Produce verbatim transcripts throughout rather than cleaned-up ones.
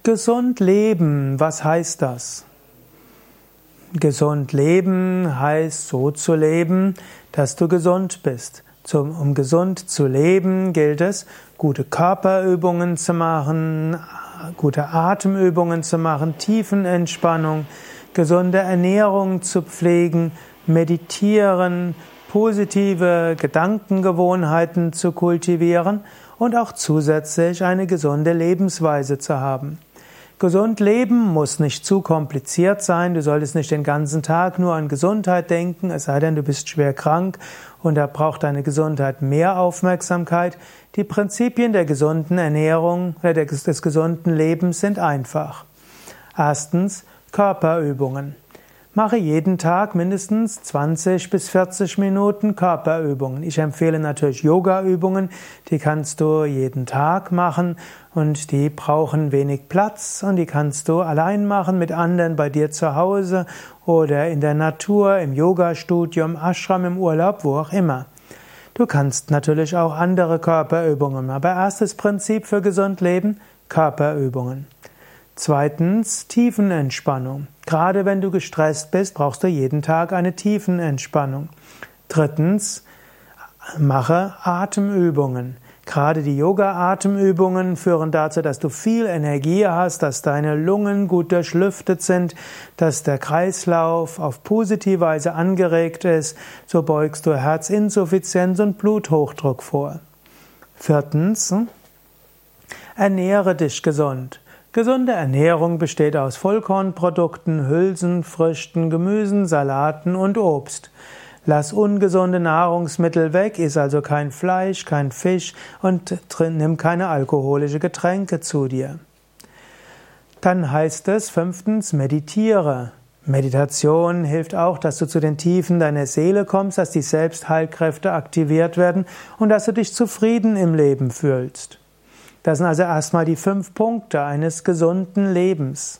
Gesund leben, was heißt das? Gesund leben heißt so zu leben, dass du gesund bist. Zum, um gesund zu leben gilt es, gute Körperübungen zu machen, gute Atemübungen zu machen, Tiefenentspannung, gesunde Ernährung zu pflegen, meditieren, positive Gedankengewohnheiten zu kultivieren und auch zusätzlich eine gesunde Lebensweise zu haben. Gesund leben muss nicht zu kompliziert sein. Du solltest nicht den ganzen Tag nur an Gesundheit denken, es sei denn, du bist schwer krank und da braucht deine Gesundheit mehr Aufmerksamkeit. Die Prinzipien der gesunden Ernährung, äh, des gesunden Lebens sind einfach. Erstens, Körperübungen. Mache jeden Tag mindestens zwanzig bis vierzig Minuten Körperübungen. Ich empfehle natürlich Yoga-Übungen, die kannst du jeden Tag machen und die brauchen wenig Platz und die kannst du allein machen, mit anderen bei dir zu Hause oder in der Natur, im Yogastudio, im Ashram, im Urlaub, wo auch immer. Du kannst natürlich auch andere Körperübungen, aber erstes Prinzip für gesund leben, Körperübungen. Zweitens, Tiefenentspannung. Gerade wenn du gestresst bist, brauchst du jeden Tag eine Tiefenentspannung. Drittens, mache Atemübungen. Gerade die Yoga-Atemübungen führen dazu, dass du viel Energie hast, dass deine Lungen gut durchlüftet sind, dass der Kreislauf auf positive Weise angeregt ist. So beugst du Herzinsuffizienz und Bluthochdruck vor. Viertens, ernähre dich gesund. Gesunde Ernährung besteht aus Vollkornprodukten, Hülsenfrüchten, Gemüsen, Salaten und Obst. Lass ungesunde Nahrungsmittel weg, iss also kein Fleisch, kein Fisch und nimm keine alkoholischen Getränke zu dir. Dann heißt es fünftens, meditiere. Meditation hilft auch, dass du zu den Tiefen deiner Seele kommst, dass die Selbstheilkräfte aktiviert werden und dass du dich zufrieden im Leben fühlst. Das sind also erstmal die fünf Punkte eines gesunden Lebens.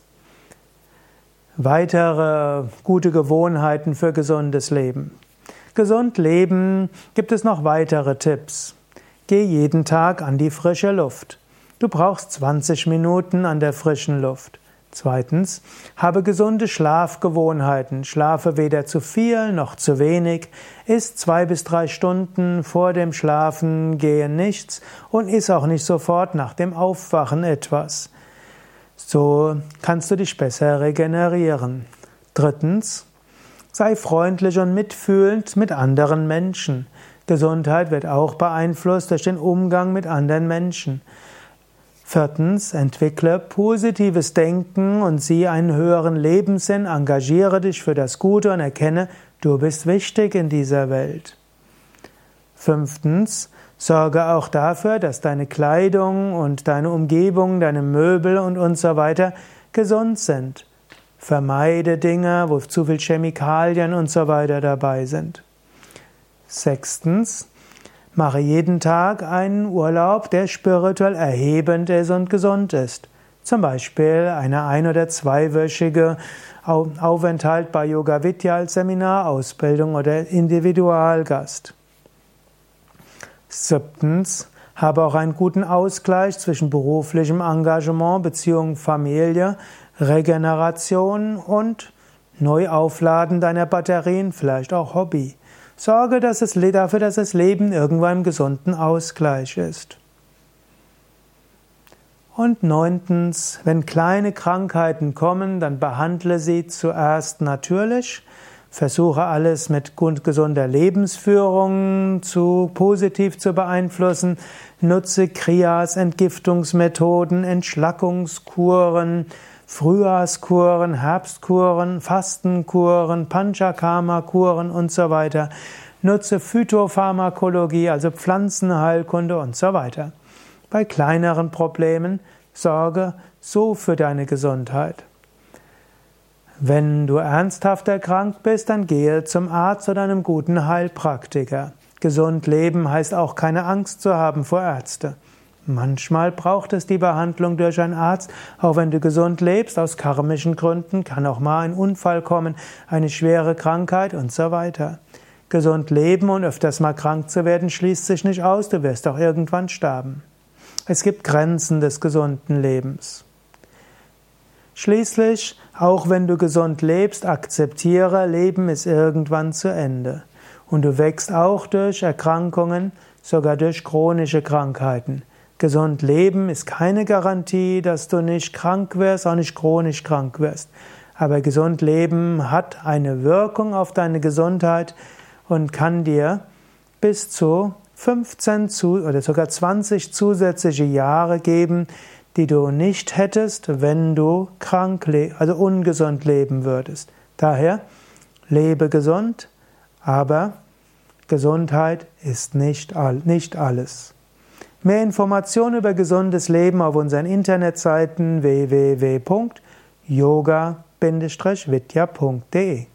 Weitere gute Gewohnheiten für gesundes Leben. Gesund leben gibt es noch weitere Tipps. Geh jeden Tag an die frische Luft. Du brauchst zwanzig Minuten an der frischen Luft. Zweitens, habe gesunde Schlafgewohnheiten. Schlafe weder zu viel noch zu wenig. Iss zwei bis drei Stunden vor dem Schlafen gehe nichts und iss auch nicht sofort nach dem Aufwachen etwas. So kannst du dich besser regenerieren. Drittens, sei freundlich und mitfühlend mit anderen Menschen. Gesundheit wird auch beeinflusst durch den Umgang mit anderen Menschen. Viertens, entwickle positives Denken und sieh einen höheren Lebenssinn, engagiere dich für das Gute und erkenne, du bist wichtig in dieser Welt. Fünftens, sorge auch dafür, dass deine Kleidung und deine Umgebung, deine Möbel und und so weiter gesund sind. Vermeide Dinge, wo zu viel Chemikalien und so weiter dabei sind. Sechstens, mache jeden Tag einen Urlaub, der spirituell erhebend ist und gesund ist. Zum Beispiel eine ein- oder zweiwöchige Aufenthalt bei Yoga Vidya als Seminarausbildung oder Individualgast. Siebtens, habe auch einen guten Ausgleich zwischen beruflichem Engagement, Beziehung, Familie, Regeneration und Neuaufladen deiner Batterien, vielleicht auch Hobby. Sorge dass es, dafür, dass das Leben irgendwann im gesunden Ausgleich ist. Und neuntens, wenn kleine Krankheiten kommen, dann behandle sie zuerst natürlich. Versuche alles mit gesunder Lebensführung zu positiv zu beeinflussen. Nutze Kriyas, Entgiftungsmethoden, Entschlackungskuren, Frühjahrskuren, Herbstkuren, Fastenkuren, Panchakarma-Kuren und so weiter. Nutze Phytopharmakologie, also Pflanzenheilkunde und so weiter. Bei kleineren Problemen sorge so für deine Gesundheit. Wenn du ernsthaft erkrankt bist, dann gehe zum Arzt oder einem guten Heilpraktiker. Gesund leben heißt auch keine Angst zu haben vor Ärzte. Manchmal braucht es die Behandlung durch einen Arzt, auch wenn du gesund lebst, aus karmischen Gründen kann auch mal ein Unfall kommen, eine schwere Krankheit und so weiter. Gesund leben und öfters mal krank zu werden, schließt sich nicht aus, du wirst auch irgendwann sterben. Es gibt Grenzen des gesunden Lebens. Schließlich, auch wenn du gesund lebst, akzeptiere, Leben ist irgendwann zu Ende. Und du wächst auch durch Erkrankungen, sogar durch chronische Krankheiten. Gesund leben ist keine Garantie, dass du nicht krank wirst, auch nicht chronisch krank wirst. Aber gesund leben hat eine Wirkung auf deine Gesundheit und kann dir bis zu fünfzehn zu, oder sogar zwanzig zusätzliche Jahre geben, die du nicht hättest, wenn du krank, also ungesund leben würdest. Daher lebe gesund, aber Gesundheit ist nicht, all, nicht alles. Mehr Informationen über gesundes Leben auf unseren Internetseiten w w w punkt yoga Bindestrich vidya punkt de